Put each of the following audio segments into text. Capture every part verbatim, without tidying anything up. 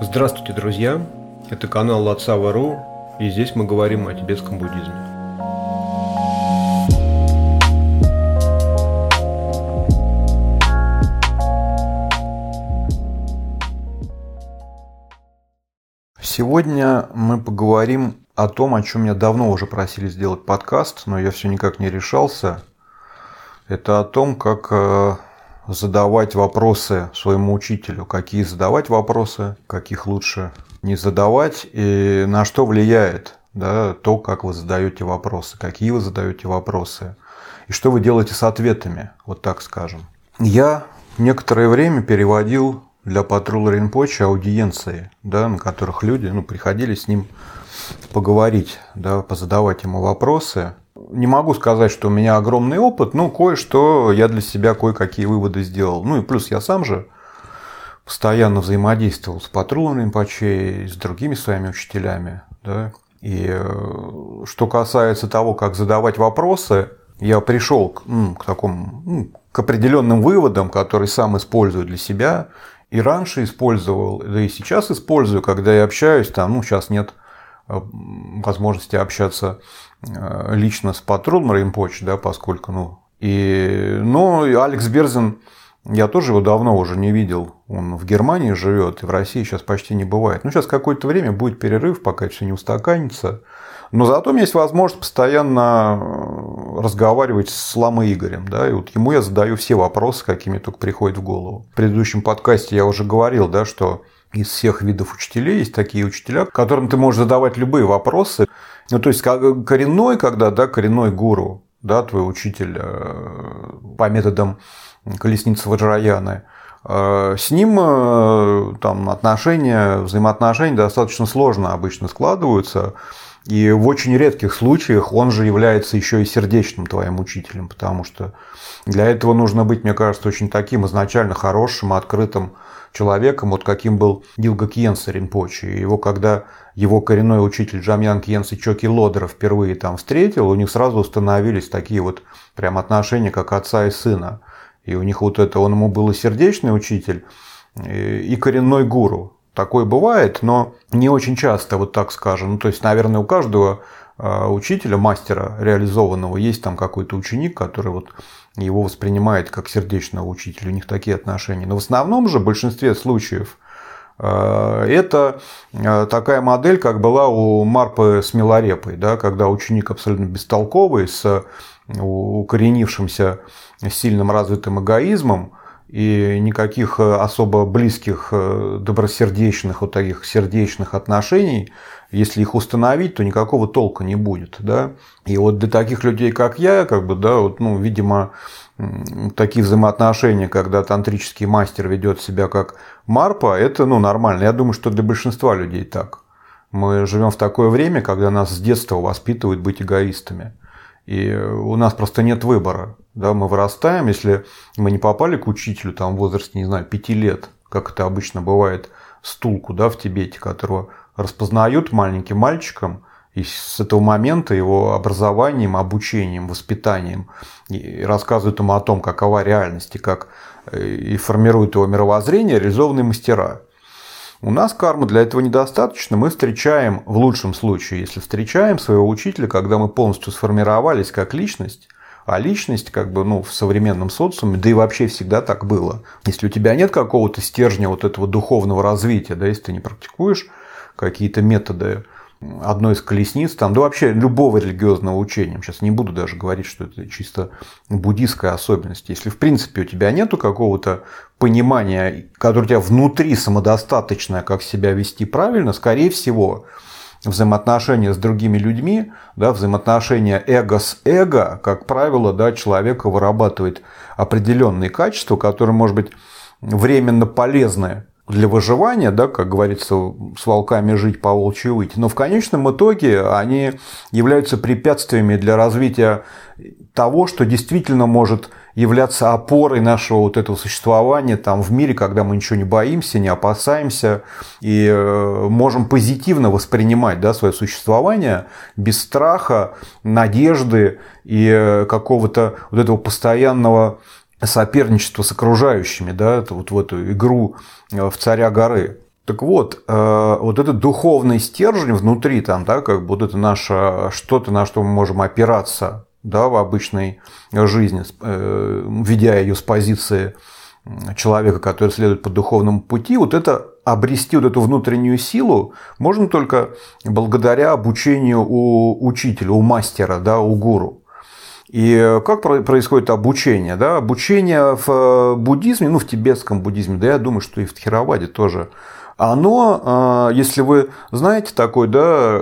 Здравствуйте, друзья! Это канал Латсава.ру, и здесь мы говорим о тибетском буддизме. Сегодня мы поговорим о том, о чем меня давно уже просили сделать подкаст, но я все никак не решался. Это о том, как задавать вопросы своему учителю, какие задавать вопросы, каких лучше не задавать, и на что влияет, да, то, как вы задаете вопросы, какие вы задаете вопросы, и что вы делаете с ответами, вот так скажем. Я некоторое время переводил для Патрула Ринпоче аудиенции, да, на которых люди ну, приходили с ним поговорить, да, позадавать ему вопросы. Не могу сказать, что у меня огромный опыт, но кое-что я для себя кое-какие выводы сделал. Ну и плюс я сам же постоянно взаимодействовал с Патрулом Ринпоче и с другими своими учителями. Да. И что касается того, как задавать вопросы, я пришел к, ну, к такому, ну, к определенным выводам, которые сам использую для себя. И раньше использовал, да и сейчас использую, когда я общаюсь, там, ну, сейчас нет возможности общаться лично с Патрулом Ринпоче, да, поскольку, ну, и, но и Алекс Берзин, я тоже его давно уже не видел, он в Германии живет, и в России сейчас почти не бывает. Ну, сейчас какое-то время будет перерыв, пока все не устаканится, но зато у меня есть возможность постоянно разговаривать с Ламой Игорем, да, и вот ему я задаю все вопросы, какие мне только приходят в голову. В предыдущем подкасте я уже говорил, да, что из всех видов учителей есть такие учителя, которым ты можешь задавать любые вопросы. Ну, то есть, коренной, когда, да, коренной гуру, да, твой учитель по методам колесницы Ваджраяны, с ним там отношения, взаимоотношения достаточно сложно обычно складываются. И в очень редких случаях он же является еще и сердечным твоим учителем, потому что для этого нужно быть, мне кажется, очень таким изначально хорошим, открытым человеком, вот каким был Дилга Кьенсе Ринпоче. И его, когда его коренной учитель Джамьян Кьенсе Чоки Лодро впервые там встретил, у них сразу установились такие вот прям отношения, как отца и сына. И у них вот это, он ему был и сердечный учитель, и коренной гуру. Такое бывает, но не очень часто, вот так скажем. Ну, то есть, наверное, у каждого учителя, мастера реализованного, есть там какой-то ученик, который вот его воспринимает как сердечного учителя. У них такие отношения. Но в основном же, в большинстве случаев, это такая модель, как была у Марпы с Миларепой, да, когда ученик абсолютно бестолковый, с укоренившимся сильным развитым эгоизмом, и никаких особо близких, добросердечных, вот таких сердечных отношений, если их установить, то никакого толка не будет. Да? И вот для таких людей, как я, как бы, да, вот, ну, видимо, такие взаимоотношения, когда тантрический мастер ведет себя как Марпа, это ну, нормально. Я думаю, что для большинства людей так. Мы живем в такое время, когда нас с детства воспитывают быть эгоистами. И у нас просто нет выбора. Да, мы вырастаем, если мы не попали к учителю там, в возрасте, не знаю, пяти лет, как это обычно бывает, стулку, да, в Тибете, которого распознают маленьким мальчиком, и с этого момента его образованием, обучением, воспитанием и рассказывают ему о том, какова реальность, и как и формируют его мировоззрение реализованные мастера. У нас кармы для этого недостаточно. Мы встречаем, в лучшем случае, если встречаем своего учителя, когда мы полностью сформировались как личность, а личность как бы, ну, в современном социуме, да и вообще всегда так было. Если у тебя нет какого-то стержня вот этого духовного развития, да, если ты не практикуешь какие-то методы одной из колесниц, там, да вообще любого религиозного учения, сейчас не буду даже говорить, что это чисто буддийская особенность, если в принципе у тебя нету какого-то понимания, которое у тебя внутри самодостаточное, как себя вести правильно, скорее всего, взаимоотношения с другими людьми, да, взаимоотношения эго с эго, как правило, да, человека вырабатывает определенные качества, которые, может быть, временно полезны для выживания, да, как говорится, с волками жить, по волчьи выть. Но в конечном итоге они являются препятствиями для развития того, что действительно может являться опорой нашего вот этого существования там, в мире, когда мы ничего не боимся, не опасаемся и можем позитивно воспринимать, да, свое существование без страха, надежды и какого-то вот этого постоянного соперничество с окружающими, да, это вот в эту игру в царя горы. Так вот, вот этот духовный стержень внутри, там, да, как бы вот это наше что-то, на что мы можем опираться, да, в обычной жизни, ведя ее с позиции человека, который следует по духовному пути, вот это обрести вот эту внутреннюю силу можно только благодаря обучению у учителя, у мастера, да, у гуру. И как происходит обучение? Да? Обучение в буддизме, ну, в тибетском буддизме, да, я думаю, что и в Тхераваде тоже, оно, если вы знаете, такой, да,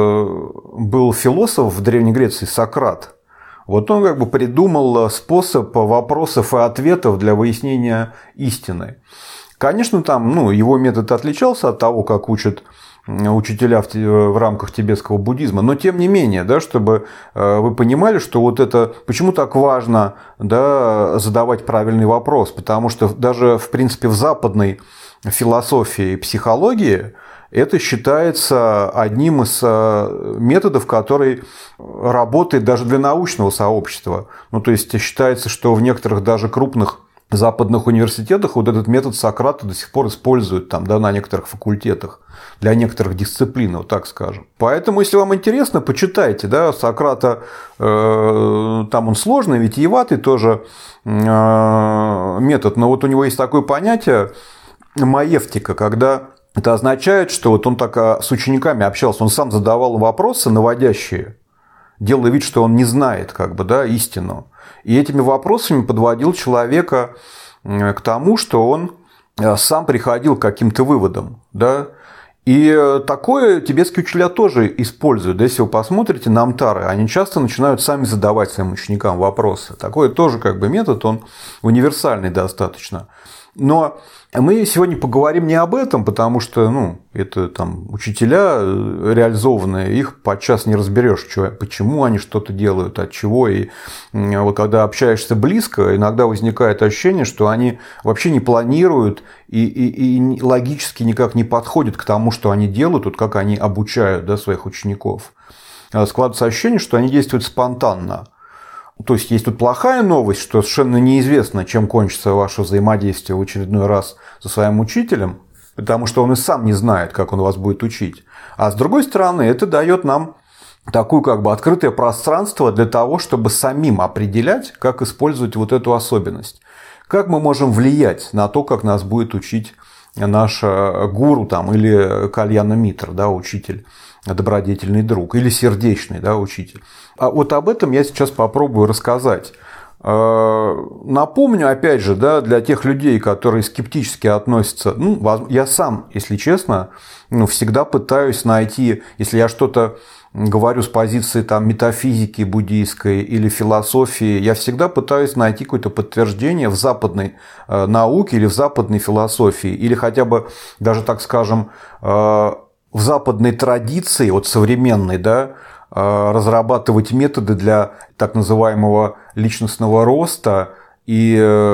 был философ в Древней Греции Сократ. Вот он как бы придумал способ вопросов и ответов для выяснения истины. Конечно, там, ну, его метод отличался от того, как учат учителя в, в рамках тибетского буддизма, но тем не менее, да, чтобы вы понимали, что вот это, почему так важно, да, задавать правильный вопрос, потому что даже, в принципе, в западной философии и психологии это считается одним из методов, который работает даже для научного сообщества. Ну, то есть считается, что в некоторых даже крупных западных университетах вот этот метод Сократа до сих пор используют там, да, на некоторых факультетах, для некоторых дисциплин, вот так скажем. Поэтому, если вам интересно, почитайте. Да, Сократа, э, там он сложный, витиеватый тоже э, метод, но вот у него есть такое понятие маевтика, когда это означает, что вот он так с учениками общался, он сам задавал вопросы наводящие, делая вид, что он не знает как бы, да, истину. И этими вопросами подводил человека к тому, что он сам приходил к каким-то выводам. Да? И такое тибетские учителя тоже используют. Да, если вы посмотрите на амтары, они часто начинают сами задавать своим ученикам вопросы. Такой тоже как бы метод, он универсальный достаточно. Но мы сегодня поговорим не об этом, потому что, ну, это там учителя реализованные, их подчас не разберешь, почему они что-то делают, от чего. И вот когда общаешься близко, иногда возникает ощущение, что они вообще не планируют и, и, и логически никак не подходят к тому, что они делают, вот как они обучают, да, своих учеников. Складывается ощущение, что они действуют спонтанно. То есть есть тут плохая новость, что совершенно неизвестно, чем кончится ваше взаимодействие в очередной раз со своим учителем, потому что он и сам не знает, как он вас будет учить. А с другой стороны, это дает нам такое как бы открытое пространство для того, чтобы самим определять, как использовать вот эту особенность. Как мы можем влиять на то, как нас будет учить наш гуру там, или кальяна митра, да, учитель, добродетельный друг, или сердечный, да, учитель. А вот об этом я сейчас попробую рассказать. Напомню, опять же, да, для тех людей, которые скептически относятся, ну, я сам, если честно, ну, всегда пытаюсь найти, если я что-то говорю с позиции там, метафизики буддийской или философии, я всегда пытаюсь найти какое-то подтверждение в западной науке или в западной философии, или хотя бы даже, так скажем, в западной традиции, вот современной, да, разрабатывать методы для так называемого личностного роста и,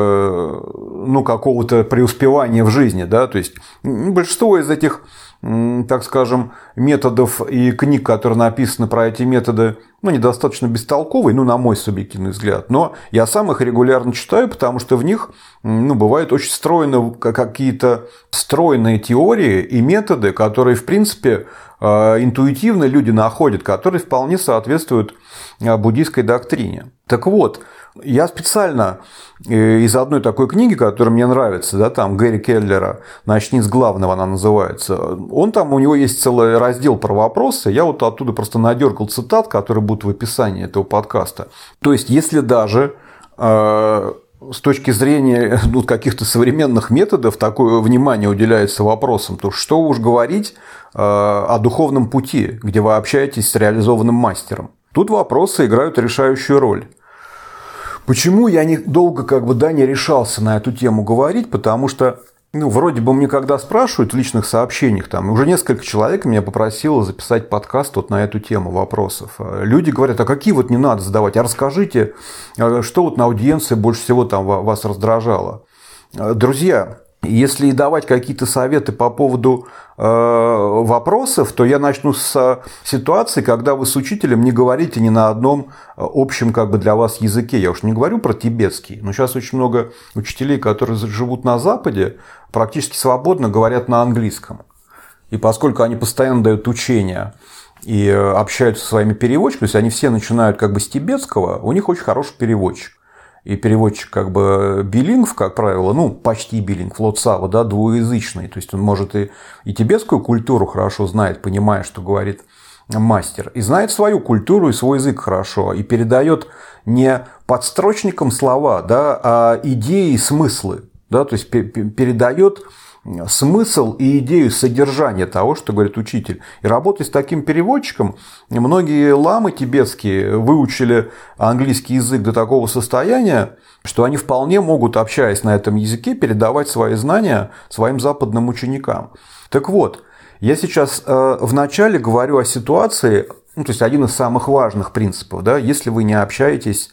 ну, какого-то преуспевания в жизни. Да? То есть большинство из этих, так скажем, методов и книг, которые написаны про эти методы, ну, недостаточно бестолковые, ну, на мой субъективный взгляд. Но я сам их регулярно читаю, потому что в них, ну, бывают очень стройные какие-то стройные теории и методы, которые, в принципе, интуитивно люди находят, которые вполне соответствуют буддийской доктрине. Так вот, я специально из одной такой книги, которая мне нравится, да, там Гэри Келлера «Начни с главного» она называется, он там, у него есть целый раздел про вопросы, я вот оттуда просто надергал цитат, которые будут в описании этого подкаста. То есть, если даже э, с точки зрения, ну, каких-то современных методов такое внимание уделяется вопросам, то что уж говорить э, о духовном пути, где вы общаетесь с реализованным мастером. Тут вопросы играют решающую роль. Почему я не, долго как бы, да, не решался на эту тему говорить? Потому что, ну, вроде бы мне когда спрашивают в личных сообщениях, там, уже несколько человек меня попросило записать подкаст вот на эту тему вопросов. Люди говорят, а какие вот не надо задавать? А расскажите, что вот на аудиенции больше всего там вас раздражало? Друзья, Если давать какие-то советы по поводу э, вопросов, то я начну с ситуации, когда вы с учителем не говорите ни на одном общем как бы для вас языке. Я уж не говорю про тибетский, но сейчас очень много учителей, которые живут на Западе, практически свободно говорят на английском. И поскольку они постоянно дают учения и общаются со своими переводчиками, то есть они все начинают как бы с тибетского, у них очень хороший переводчик. И переводчик как бы билингв, как правило, ну, почти билингв, Лотсава, да, двуязычный. То есть он может и, и тибетскую культуру хорошо знает, понимая, что говорит мастер. И знает свою культуру и свой язык хорошо. И передает не подстрочником слова, да, а идеи и смыслы. Да, то есть передает смысл и идею содержания того, что говорит учитель. И работая с таким переводчиком, многие ламы тибетские выучили английский язык до такого состояния, что они вполне могут, общаясь на этом языке, передавать свои знания своим западным ученикам. Так вот, я сейчас э, вначале говорю о ситуации, ну, то есть один из самых важных принципов, да, если вы не общаетесь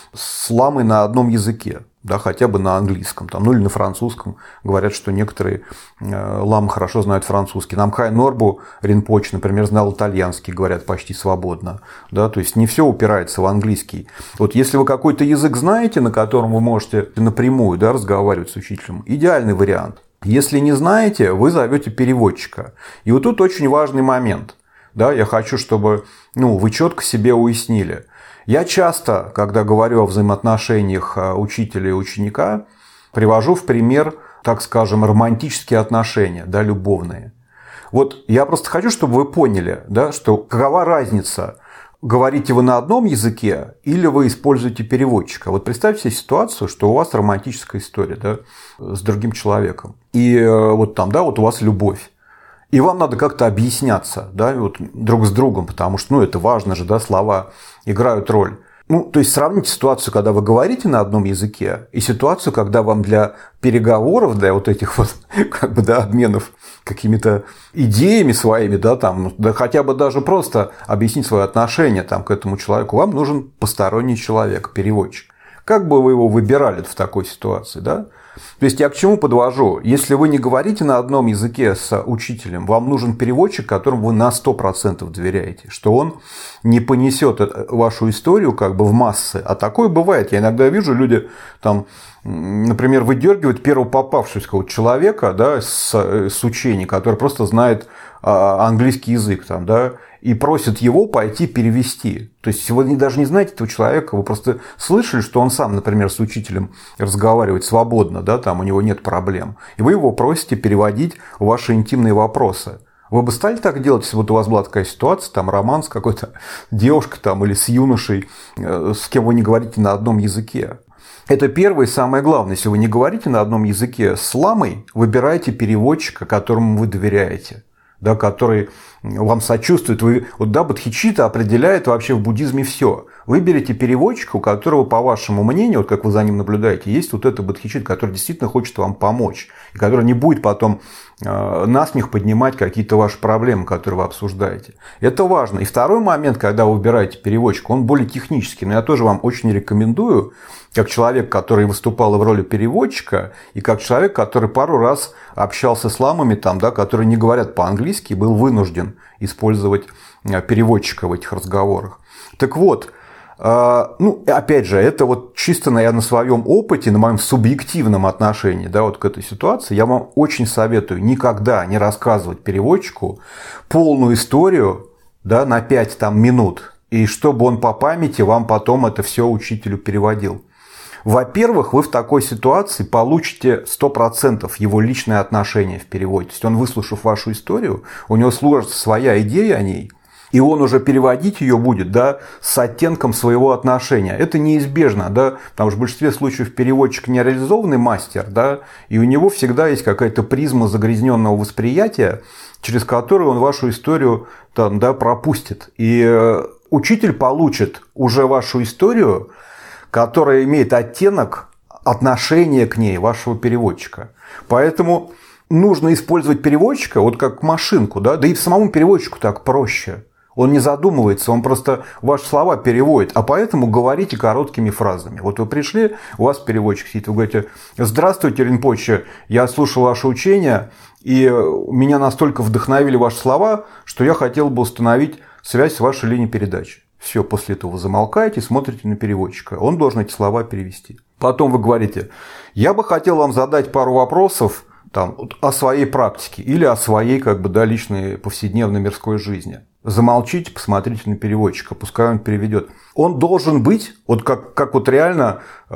с ламой на одном языке, да, хотя бы на английском, там, ну или на французском. Говорят, что некоторые э, ламы хорошо знают французский. Намхай Норбу Ринпоче, например, знал итальянский, говорят, почти свободно. Да, то есть не все упирается в английский. Вот если вы какой-то язык знаете, на котором вы можете напрямую, да, разговаривать с учителем, идеальный вариант. Если не знаете, вы зовете переводчика. И вот тут очень важный момент. Да, я хочу, чтобы ну, вы четко себе уяснили. Я часто, когда говорю о взаимоотношениях учителя и ученика, привожу в пример, так скажем, романтические отношения, да, любовные. Вот я просто хочу, чтобы вы поняли, да, что какова разница, говорите вы на одном языке или вы используете переводчика. Вот представьте себе ситуацию, что у вас романтическая история, да, с другим человеком. И вот там, да, вот у вас любовь. И вам надо как-то объясняться, да, вот друг с другом, потому что, ну, это важно же, да, слова играют роль. Ну, то есть сравните ситуацию, когда вы говорите на одном языке, и ситуацию, когда вам для переговоров, для вот этих вот, как бы, да, обменов какими-то идеями своими, да, там, да, хотя бы даже просто объяснить свое отношение там, к этому человеку, вам нужен посторонний человек, переводчик. Как бы вы его выбирали в такой ситуации, да? То есть я к чему подвожу? Если вы не говорите на одном языке с учителем, вам нужен переводчик, которому вы на сто процентов доверяете, что он не понесет вашу историю как бы в массы. А такое бывает. Я иногда вижу, люди там, например, выдергивают первого попавшегося человека, да, с, с учения, который просто знает английский язык, там, да, и просят его пойти перевести. То есть вы даже не знаете этого человека, вы просто слышали, что он сам, например, с учителем разговаривает свободно, да, там у него нет проблем. И вы его просите переводить ваши интимные вопросы. Вы бы стали так делать, если вот у вас была такая ситуация, там роман с какой-то девушкой там, или с юношей, с кем вы не говорите на одном языке? Это первое и самое главное. Если вы не говорите на одном языке с ламой, выбирайте переводчика, которому вы доверяете. Да, который вам сочувствует. Вы, вот, да, бодхичитта определяет вообще в буддизме все. Выберите переводчика, у которого, по вашему мнению, вот как вы за ним наблюдаете, есть вот это бодхичитта, который действительно хочет вам помочь. И который не будет потом э, насмех поднимать какие-то ваши проблемы, которые вы обсуждаете. Это важно. И второй момент, когда вы выбираете переводчика, он более технический. Но я тоже вам очень рекомендую, как человек, который выступал в роли переводчика, и как человек, который пару раз общался с ламами, там, да, которые не говорят по-английски, был вынужден использовать переводчика в этих разговорах. Так вот, ну, опять же, это вот чисто я на своем опыте, на моем субъективном отношении, да, вот к этой ситуации, я вам очень советую никогда не рассказывать переводчику полную историю, да, на пять там, минут, и чтобы он по памяти вам потом это все учителю переводил. Во-первых, вы в такой ситуации получите сто процентов его личное отношение в переводе. То есть он, выслушав вашу историю, у него сложится своя идея о ней, и он уже переводить ее будет, да, с оттенком своего отношения. Это неизбежно, да, потому что в большинстве случаев переводчик не реализованный мастер, да, и у него всегда есть какая-то призма загрязненного восприятия, через которую он вашу историю там, да, пропустит. И учитель получит уже вашу историю, которая имеет оттенок отношения к ней вашего переводчика. Поэтому нужно использовать переводчика вот как машинку, да, да и самому переводчику так проще. Он не задумывается, он просто ваши слова переводит, а поэтому говорите короткими фразами. Вот вы пришли, у вас переводчик сидит, вы говорите: «Здравствуйте, Ринпоче, я слушал ваше учение, и меня настолько вдохновили ваши слова, что я хотел бы установить связь с вашей линией передачи». Все, после этого вы замолкаете, смотрите на переводчика. Он должен эти слова перевести. Потом вы говорите: «Я бы хотел вам задать пару вопросов там, о своей практике или о своей как бы, да, личной повседневной мирской жизни». Замолчите, посмотрите на переводчика, пускай он переведет. Он должен быть, вот как, как вот реально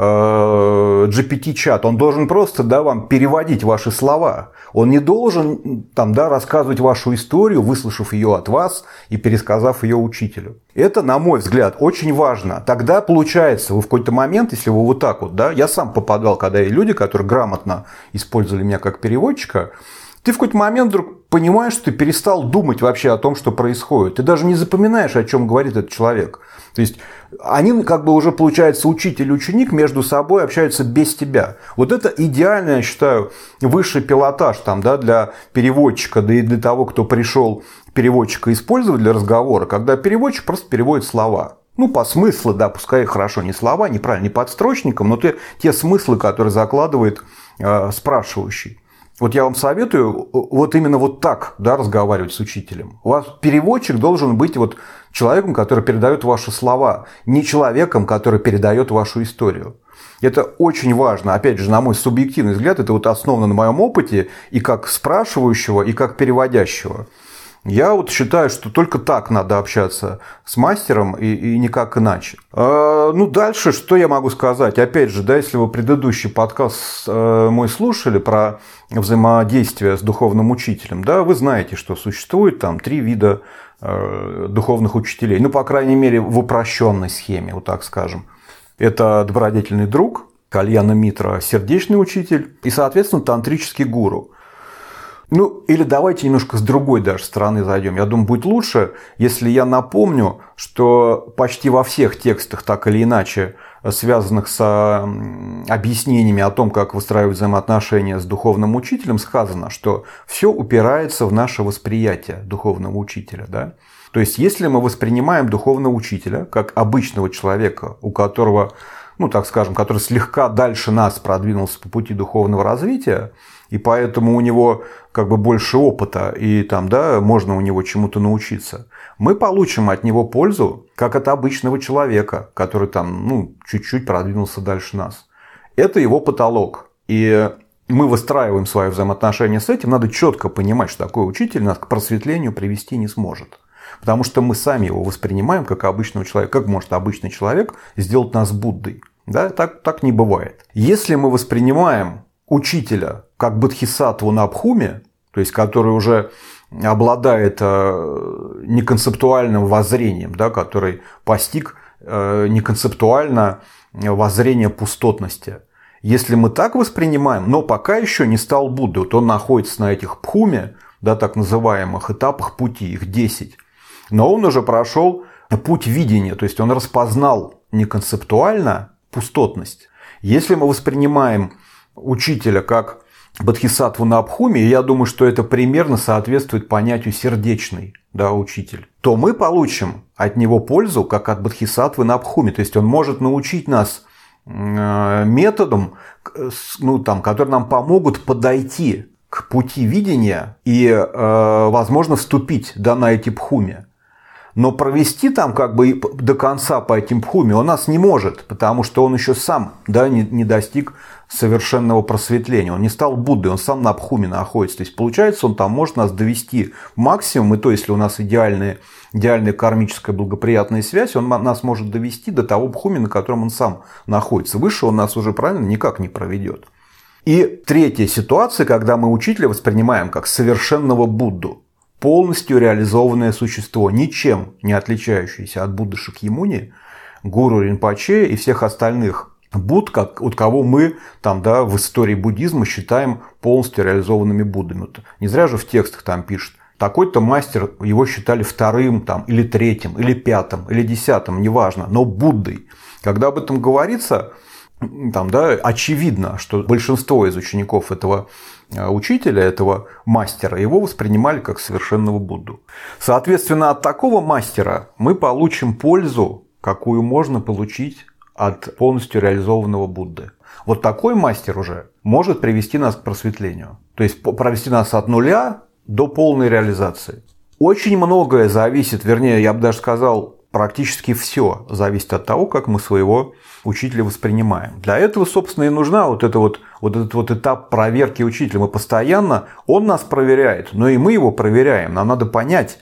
э, джи пи ти-чат, он должен просто, да, вам переводить ваши слова. Он не должен там, да, рассказывать вашу историю, выслушав ее от вас и пересказав ее учителю. Это, на мой взгляд, очень важно. Тогда получается, вы в какой-то момент, если вы вот так вот, да, я сам попадал, когда и люди, которые грамотно использовали меня как переводчика, ты в какой-то момент вдруг понимаешь, что ты перестал думать вообще о том, что происходит. Ты даже не запоминаешь, о чем говорит этот человек. То есть они как бы уже, получается, учитель и ученик между собой общаются без тебя. Вот это идеально, я считаю, высший пилотаж там, да, для переводчика, да и для того, кто пришел переводчика использовать для разговора, когда переводчик просто переводит слова. Ну, по смыслу, да, пускай хорошо, не слова, неправильно, не подстрочником, но те, те смыслы, которые закладывает э, спрашивающий. Вот я вам советую вот именно вот так, да, разговаривать с учителем. У вас переводчик должен быть вот человеком, который передает ваши слова, не человеком, который передает вашу историю. Это очень важно. Опять же, на мой субъективный взгляд, это вот основано на моем опыте и как спрашивающего, и как переводящего. Я вот считаю, что только так надо общаться с мастером и, и никак иначе. А, ну, дальше, что я могу сказать? Опять же, да, если вы предыдущий подкаст э, мой слушали про взаимодействие с духовным учителем, да, вы знаете, что существует там три вида э, духовных учителей. Ну, по крайней мере, в упрощенной схеме, вот так скажем. Это добродетельный друг, кальяна митра, сердечный учитель и, соответственно, тантрический гуру. Ну, или давайте немножко с другой даже стороны зайдем. Я думаю, будет лучше, если я напомню, что почти во всех текстах, так или иначе, связанных с объяснениями о том, как выстраивать взаимоотношения с духовным учителем, сказано, что все упирается в наше восприятие духовного учителя. Да? То есть, если мы воспринимаем духовного учителя как обычного человека, у которого, ну, так скажем, который слегка дальше нас продвинулся по пути духовного развития, и поэтому у него как бы больше опыта, и там, да, можно у него чему-то научиться, мы получим от него пользу, как от обычного человека, который там, ну, чуть-чуть продвинулся дальше нас. Это его потолок. И мы выстраиваем свои взаимоотношения с этим. Надо четко понимать, что такой учитель нас к просветлению привести не сможет. Потому что мы сами его воспринимаем как обычного человека. Как может обычный человек сделать нас Буддой? Да, так, так не бывает. Если мы воспринимаем учителя как бодхисаттву на Абхуме, то есть который уже обладает неконцептуальным воззрением, да, который постиг неконцептуально воззрение пустотности. Если мы так воспринимаем, но пока еще не стал Буддой, вот он находится на этих Бхуме, да, так называемых этапах пути, их десять, но он уже прошел путь видения, то есть он распознал неконцептуально пустотность. Если мы воспринимаем учителя как бодхисаттву на Абхуме, и я думаю, что это примерно соответствует понятию сердечный, да, учитель, то мы получим от него пользу, как от бодхисаттвы на Абхуме. То есть он может научить нас методам, ну, там, которые нам помогут подойти к пути видения и, возможно, вступить, да, на эти Бхуми. Но провести там как бы до конца по этим Бхуми он нас не может, потому что он еще сам, да, не, не достиг совершенного просветления. Он не стал Буддой, он сам на Бхуме находится. То есть, получается, он там может нас довести максимум, и то, если у нас идеальная, идеальная кармическая благоприятная связь, он нас может довести до того Бхуми, на котором он сам находится. Выше он нас уже, правильно, никак не проведет. И третья ситуация, когда мы учителя воспринимаем как совершенного Будду. Полностью реализованное существо, ничем не отличающееся от Будды Шакьямуни, гуру Ринпоче и всех остальных Будд, как, от кого мы там, да, в истории буддизма считаем полностью реализованными Буддами. Вот не зря же в текстах там пишут, такой-то мастер, его считали вторым там, или третьим, или пятым, или десятым, неважно, но Буддой. Когда об этом говорится, там, да, очевидно, что большинство из учеников этого учителя, этого мастера, его воспринимали как совершенного Будду. Соответственно, от такого мастера мы получим пользу, какую можно получить от полностью реализованного Будды. Вот такой мастер уже может привести нас к просветлению. То есть провести нас от нуля до полной реализации. Очень многое зависит, вернее, я бы даже сказал, практически все зависит от того, как мы своего учителя воспринимаем. Для этого, собственно, и нужна вот, это вот, вот этот вот этап проверки учителя. Мы постоянно, он нас проверяет, но и мы его проверяем. Нам надо понять,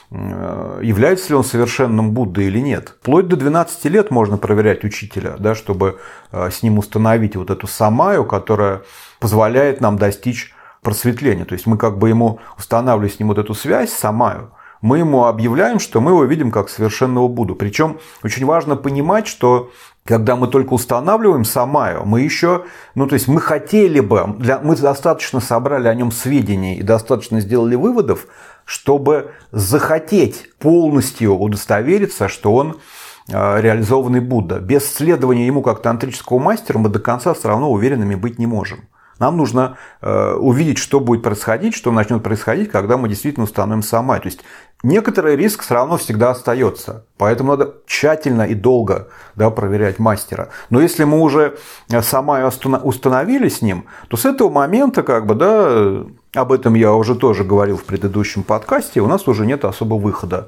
является ли он совершенным Буддой или нет. Вплоть до двенадцати лет можно проверять учителя, да, чтобы с ним установить вот эту самаю, которая позволяет нам достичь просветления. То есть мы как бы ему устанавливаем с ним вот эту связь, самаю, мы ему объявляем, что мы его видим как совершенного Будду. Причем очень важно понимать, что когда мы только устанавливаем самаю, мы еще, ну то есть мы хотели бы, для, мы достаточно собрали о нем сведений и достаточно сделали выводов, чтобы захотеть полностью удостовериться, что он реализованный Будда. Без следования ему как тантрического мастера мы до конца все равно уверенными быть не можем. Нам нужно увидеть, что будет происходить, что начнет происходить, когда мы действительно установим самай. То есть некоторый риск все равно всегда остается. Поэтому надо тщательно и долго, да, проверять мастера. Но если мы уже самай установили с ним, то с этого момента, как бы, да, об этом я уже тоже говорил в предыдущем подкасте, у нас уже нет особо выхода.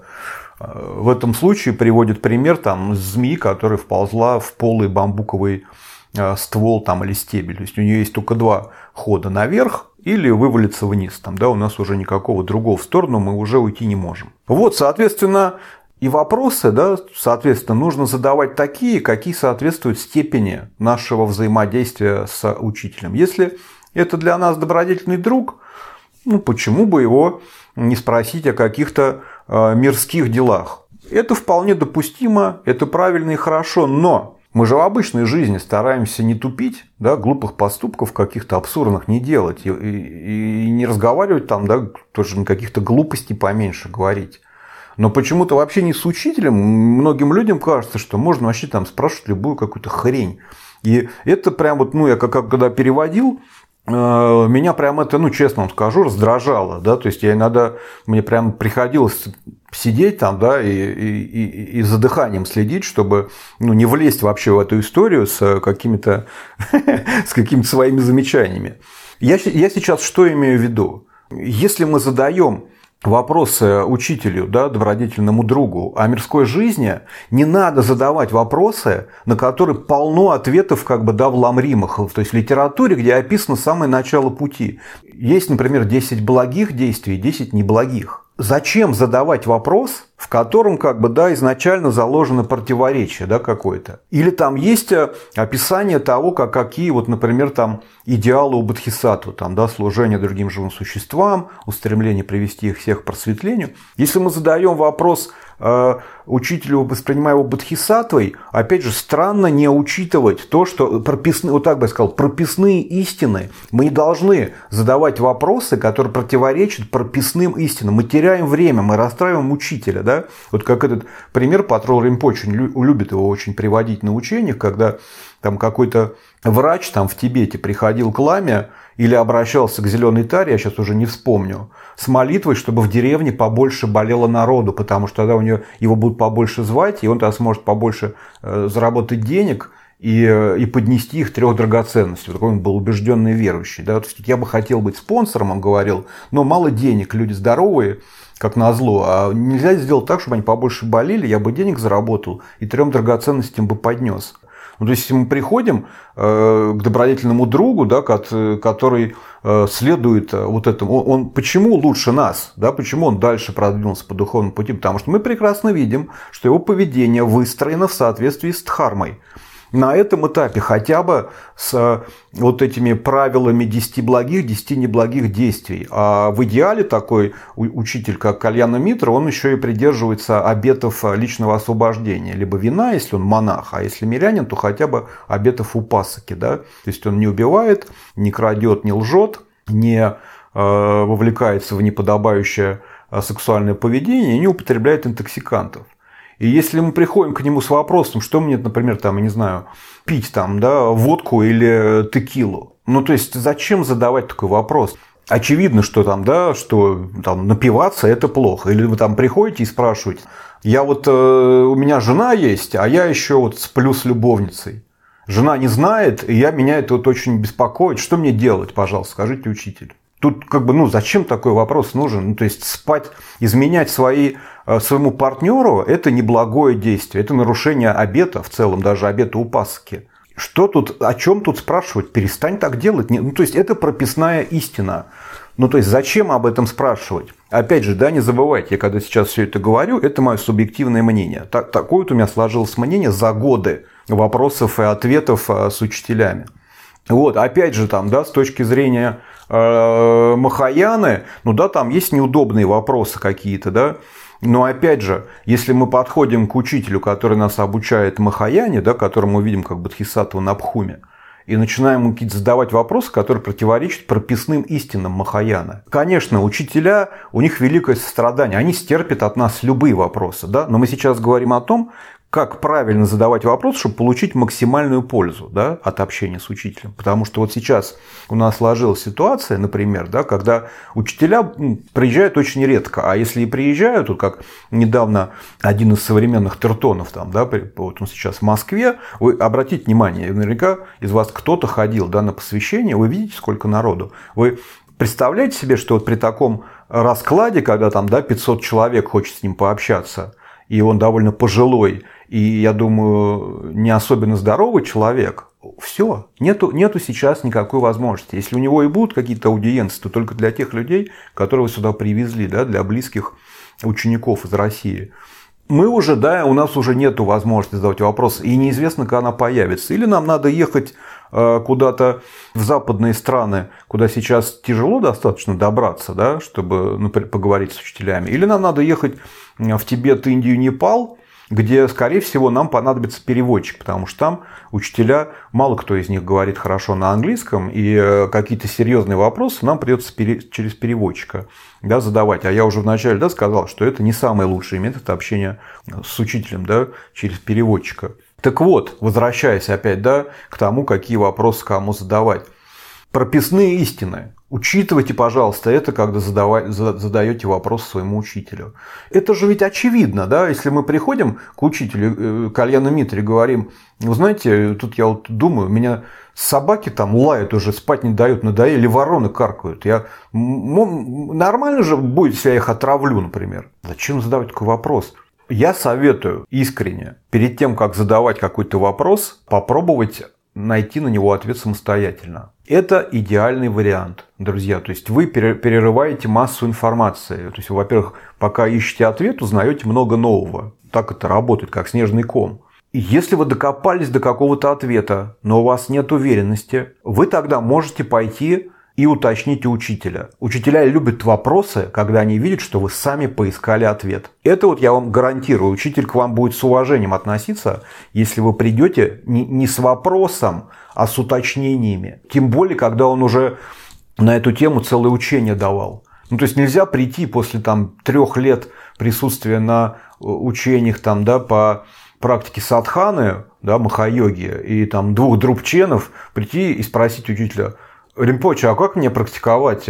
В этом случае приводит пример там, змеи, которая вползла в полый бамбуковый ствол там, или стебель. То есть у нее есть только два хода: наверх или вывалиться вниз. Там, да, у нас уже никакого другого в сторону мы уже уйти не можем. Вот, соответственно, и вопросы, да, соответственно, нужно задавать такие, какие соответствуют степени нашего взаимодействия с учителем. Если это для нас добродетельный друг, ну почему бы его не спросить о каких-то э, мирских делах? Это вполне допустимо, это правильно и хорошо, но мы же в обычной жизни стараемся не тупить, да, глупых поступков каких-то абсурдных не делать и, и, и не разговаривать там, да, тоже на каких-то глупостей поменьше говорить. Но почему-то вообще не с учителем многим людям кажется, что можно вообще там спрашивать любую какую-то хрень. И это прям вот, ну, я как, когда переводил, меня прям это, ну, честно вам скажу, раздражало, да, то есть я иногда, мне прям приходилось сидеть там, да, и, и, и, и за дыханием следить, чтобы, ну, не влезть вообще в эту историю с какими-то, с какими-то своими замечаниями. Я, я сейчас что имею в виду? Если мы задаем вопросы учителю, да, добродетельному другу о мирской жизни, не надо задавать вопросы, на которые полно ответов как бы, да, в ламримах, то есть в литературе, где описано самое начало пути. Есть, например, десять благих действий, десять неблагих. Зачем задавать вопрос, в котором как бы, да, изначально заложено противоречие, да, какое-то? Или там есть описание того, как, какие, вот, например, там, идеалы у бодхисаттвы, там, да, служение другим живым существам, устремление привести их всех к просветлению. Если мы задаем вопрос э, учителю, воспринимая его бодхисаттвой, опять же, странно не учитывать то, что прописные, вот так бы я сказал, прописные истины. Мы не должны задавать вопросы, которые противоречат прописным истинам. Мы теряем время, мы расстраиваем учителя. Да? Вот как этот пример Патрул Ринпоче любит его очень приводить на учениях, когда там какой-то врач там в Тибете приходил к ламе или обращался к зеленой таре, я сейчас уже не вспомню, с молитвой, чтобы в деревне побольше болело народу, потому что тогда у него, его будут побольше звать, и он тогда сможет побольше заработать денег и, и поднести их трех драгоценностей. Такой он был убежденный верующий. Да? То есть, я бы хотел быть спонсором, он говорил, но мало денег, люди здоровые, как назло, а нельзя сделать так, чтобы они побольше болели, я бы денег заработал и трем драгоценностям бы поднес. Ну, то есть, если мы приходим э, к добродетельному другу, да, который э, следует вот этому, он, он почему лучше нас, да, почему он дальше продвинулся по духовному пути? Потому что мы прекрасно видим, что его поведение выстроено в соответствии с дхармой. На этом этапе хотя бы с вот этими правилами десяти благих, десяти неблагих действий. А в идеале такой учитель, как Кальяна Митра, он еще и придерживается обетов личного освобождения. Либо вина, если он монах, а если мирянин, то хотя бы обетов упасаки. Да? То есть он не убивает, не крадет, не лжет, не вовлекается в неподобающее сексуальное поведение и не употребляет интоксикантов. И если мы приходим к нему с вопросом, что мне, например, там, я не знаю, пить там, да, водку или текилу. Ну, то есть, зачем задавать такой вопрос? Очевидно, что там, да, что там напиваться это плохо. Или вы там приходите и спрашиваете, я вот, э, у меня жена есть, а я еще вот сплю с любовницей. Жена не знает, и я, меня это вот очень беспокоит. Что мне делать, пожалуйста, скажите, учитель. Тут как бы, ну, зачем такой вопрос нужен? Ну, то есть, спать, изменять свои, своему партнеру – это неблагое действие, это нарушение обета, в целом даже обета упаски. Что тут, о чем тут спрашивать? Перестань так делать. Ну, то есть, это прописная истина. Ну, то есть, зачем об этом спрашивать? Опять же, да, не забывайте, я когда сейчас все это говорю, это мое субъективное мнение. Так, такое вот у меня сложилось мнение за годы вопросов и ответов с учителями. Вот, опять же, там, да, с точки зрения э, Махаяны, ну да, там есть неудобные вопросы какие-то, да. Но опять же, если мы подходим к учителю, который нас обучает Махаяне, да, которому мы видим как Бодхисаттву на Бхуме, и начинаем какие-то задавать вопросы, которые противоречат прописным истинам Махаяны. Конечно, учителя, у них великое сострадание, они стерпят от нас любые вопросы, да, но мы сейчас говорим о том, как правильно задавать вопрос, чтобы получить максимальную пользу, да, от общения с учителем. Потому что вот сейчас у нас сложилась ситуация, например, да, когда учителя приезжают очень редко. А если и приезжают, вот как недавно один из современных тертонов, там, да, вот он сейчас в Москве, вы обратите внимание, наверняка из вас кто-то ходил, да, на посвящение, вы видите, сколько народу. Вы представляете себе, что вот при таком раскладе, когда там, да, пятьсот человек хочет с ним пообщаться, и он довольно пожилой, и, я думаю, не особенно здоровый человек, все, нету, нету сейчас никакой возможности. Если у него и будут какие-то аудиенции, то только для тех людей, которые сюда привезли, да, для близких учеников из России. Мы уже, да, у нас уже нету возможности задавать вопросы, и неизвестно, когда она появится. Или нам надо ехать куда-то в западные страны, куда сейчас тяжело достаточно добраться, да, чтобы, например, поговорить с учителями. Или нам надо ехать в Тибет, Индию, Непал, где, скорее всего, нам понадобится переводчик, потому что там учителя, мало кто из них говорит хорошо на английском, и какие-то серьезные вопросы нам придется через переводчика, да, задавать. А я уже вначале, да, сказал, что это не самый лучший метод общения с учителем, да, через переводчика. Так вот, возвращаясь опять, да, к тому, какие вопросы кому задавать. Прописные истины. Учитывайте, пожалуйста, это, когда задавай, задаете вопрос своему учителю. Это же ведь очевидно, да? Если мы приходим к учителю, к Кальяна Митре, и говорим, вы знаете, тут я вот думаю, меня собаки там лают уже, спать не дают, надоели, вороны каркают. Я... Нормально же будет, если я их отравлю, например. Зачем задавать такой вопрос? Я советую искренне, перед тем, как задавать какой-то вопрос, попробовать найти на него ответ самостоятельно. Это идеальный вариант, друзья. То есть вы перерываете массу информации. То есть вы, во-первых, пока ищете ответ, узнаете много нового. Так это работает, как снежный ком. И если вы докопались до какого-то ответа, но у вас нет уверенности, вы тогда можете пойти и уточнить у учителя. Учителя любят вопросы, когда они видят, что вы сами поискали ответ. Это вот я вам гарантирую. Учитель к вам будет с уважением относиться, если вы придете не с вопросом, а с уточнениями. Тем более, когда он уже на эту тему целое учение давал. Ну, то есть нельзя прийти после там, трех лет присутствия на учениях там, да, по практике садханы, да, маха-йоги, и там, двух друпченов, прийти и спросить учителя: Ринпоче, а как мне практиковать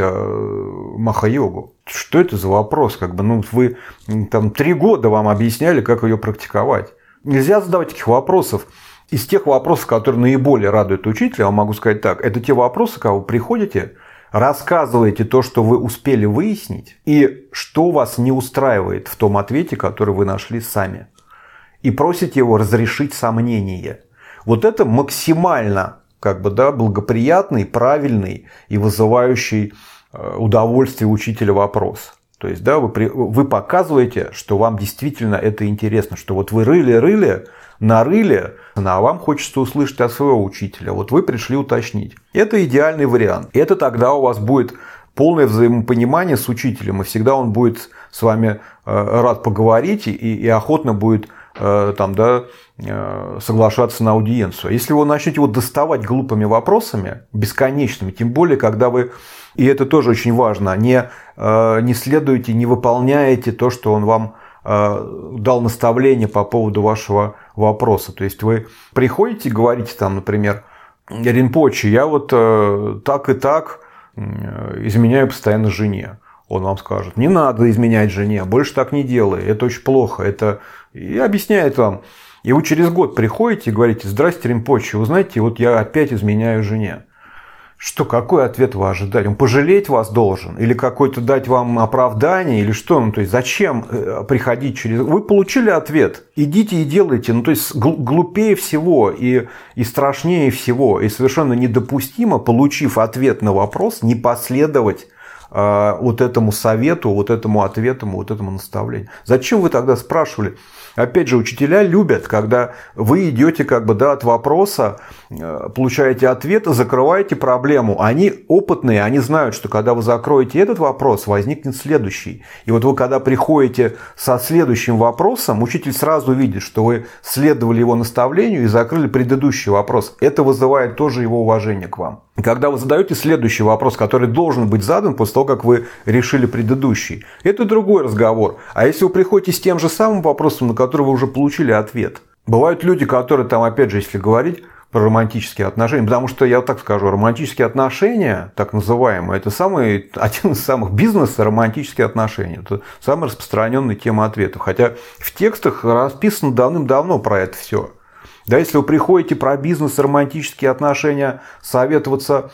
маха-йогу? Что это за вопрос? Как бы, ну, вы там три года вам объясняли, как ее практиковать. Нельзя задавать таких вопросов. Из тех вопросов, которые наиболее радуют учителя, я могу сказать так, это те вопросы, когда вы приходите, рассказываете то, что вы успели выяснить, и что вас не устраивает в том ответе, который вы нашли сами. И просите его разрешить сомнение. Вот это максимально как бы, да, благоприятный, правильный и вызывающий удовольствие учителя вопрос. То есть, да, вы, при, вы показываете, что вам действительно это интересно, что вот вы рыли-рыли, нарыли, а вам хочется услышать от своего учителя. Вот вы пришли уточнить. Это идеальный вариант. Это тогда у вас будет полное взаимопонимание с учителем, и всегда он будет с вами рад поговорить и, и охотно будет там, да, соглашаться на аудиенцию. Если вы начнете его доставать глупыми вопросами, бесконечными, тем более, когда вы, и это тоже очень важно, не, не следуете, не выполняете то, что он вам дал наставление по поводу вашего вопроса. То есть вы приходите и говорите там, например, Ринпоче, я вот так и так изменяю постоянно жене. Он вам скажет, не надо изменять жене, больше так не делай, это очень плохо. Это... И объясняет вам. И вы через год приходите и говорите, здрасте, Ринпоче, вы знаете, вот я опять изменяю жене. Что, какой ответ вы ожидаете? Он пожалеть вас должен? Или какой-то дать вам оправдание? Или что? Ну, то есть, зачем приходить через... Вы получили ответ. Идите и делайте. Ну, то есть, глупее всего и, и страшнее всего. И совершенно недопустимо, получив ответ на вопрос, не последовать э, вот этому совету, вот этому ответу, вот этому наставлению. Зачем вы тогда спрашивали? Опять же, учителя любят, когда вы идете как бы, да, от вопроса, получаете ответ и закрываете проблему. Они опытные, они знают, что когда вы закроете этот вопрос, возникнет следующий. И вот вы когда приходите со следующим вопросом, учитель сразу видит, что вы следовали его наставлению и закрыли предыдущий вопрос. Это вызывает тоже его уважение к вам. И когда вы задаете следующий вопрос, который должен быть задан после того, как вы решили предыдущий, это другой разговор. А если вы приходите с тем же самым вопросом, на который вы уже получили ответ. Бывают люди, которые там, опять же, если говорить про романтические отношения, потому что, я вот так скажу, романтические отношения, так называемые, это самый, один из самых бизнеса романтические отношения. Это самая распространенная тема ответов. Хотя в текстах расписано давным-давно про это все. Да, если вы приходите про бизнес, романтические отношения советоваться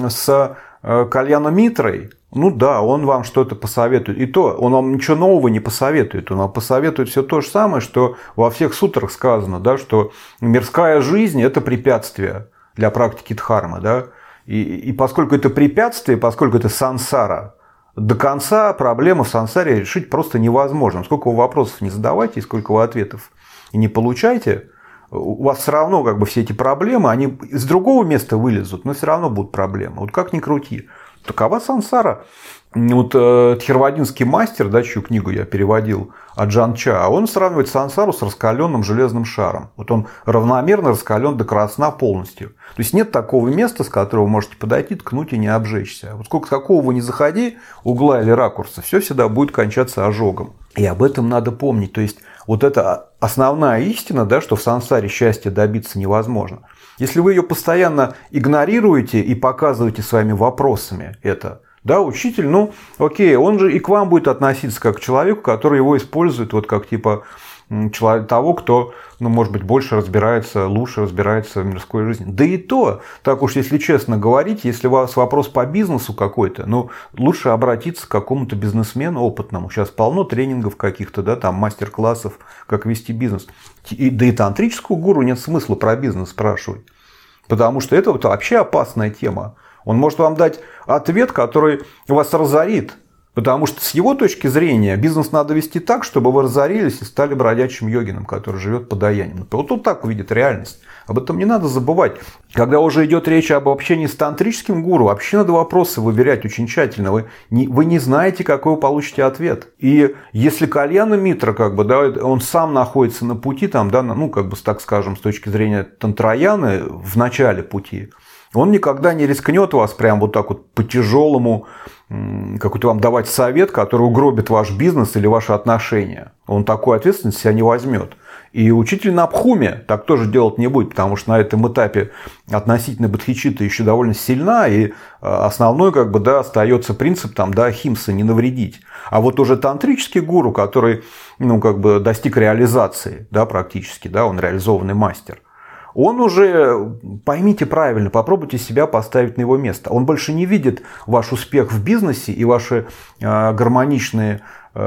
с Кальяно Митрой, ну да, он вам что-то посоветует. И то, он вам ничего нового не посоветует. Он вам посоветует все то же самое, что во всех сутрах сказано, да, что мирская жизнь – это препятствие для практики дхармы. Да? И, и поскольку это препятствие, поскольку это сансара, до конца проблему в сансаре решить просто невозможно. Сколько вы вопросов не задавайте, и сколько вы ответов и не получаете, у вас все равно как бы все эти проблемы, они с другого места вылезут, но все равно будут проблемы. Вот как ни крути. Такова сансара. Вот э, Тхирвадинский мастер, да, чью книгу я переводил, Аджан Ча, он сравнивает сансару с раскаленным железным шаром. Вот он равномерно раскален до красна полностью. То есть нет такого места, с которого вы можете подойти, ткнуть и не обжечься. Вот сколько какого вы не заходи, угла или ракурса, все всегда будет кончаться ожогом. И об этом надо помнить. То есть вот это основная истина, да, что в сансаре счастья добиться невозможно. Если вы ее постоянно игнорируете и показываете своими вопросами это, да, учитель, ну, окей, он же и к вам будет относиться как к человеку, который его использует, вот как типа человек, того, кто, ну, может быть, больше разбирается, лучше разбирается в мирской жизни. Да и то, так уж если честно говорить, если у вас вопрос по бизнесу какой-то, ну, лучше обратиться к какому-то бизнесмену опытному. Сейчас полно тренингов каких-то, да, там мастер-классов, как вести бизнес. И, да и тантрического гуру нет смысла про бизнес спрашивать. Потому что это вот вообще опасная тема. Он может вам дать ответ, который вас разорит. Потому что с его точки зрения бизнес надо вести так, чтобы вы разорились и стали бродячим йогином, который живет подаянием. Вот он так увидит реальность. Об этом не надо забывать. Когда уже идет речь об общении с тантрическим гуру, вообще надо вопросы выбирать очень тщательно. Вы не, вы не знаете, какой вы получите ответ. И если Кальяно Митра, как бы, да, он сам находится на пути, там, да, ну, как бы, так скажем, с точки зрения тантраяны в начале пути, он никогда не рискнет вас прям вот так вот по-тяжелому какой-то вам давать совет, который угробит ваш бизнес или ваши отношения. Он такой ответственности себя не возьмет. И учитель на Абхуме так тоже делать не будет, потому что на этом этапе относительно бодхичитта еще довольно сильна, и основной как бы, да, остается принцип там, да, химса, не навредить. А вот уже тантрический гуру, который, ну, как бы достиг реализации, да, практически, да, он реализованный мастер, он уже, поймите правильно, попробуйте себя поставить на его место. Он больше не видит ваш успех в бизнесе и ваши э, гармоничные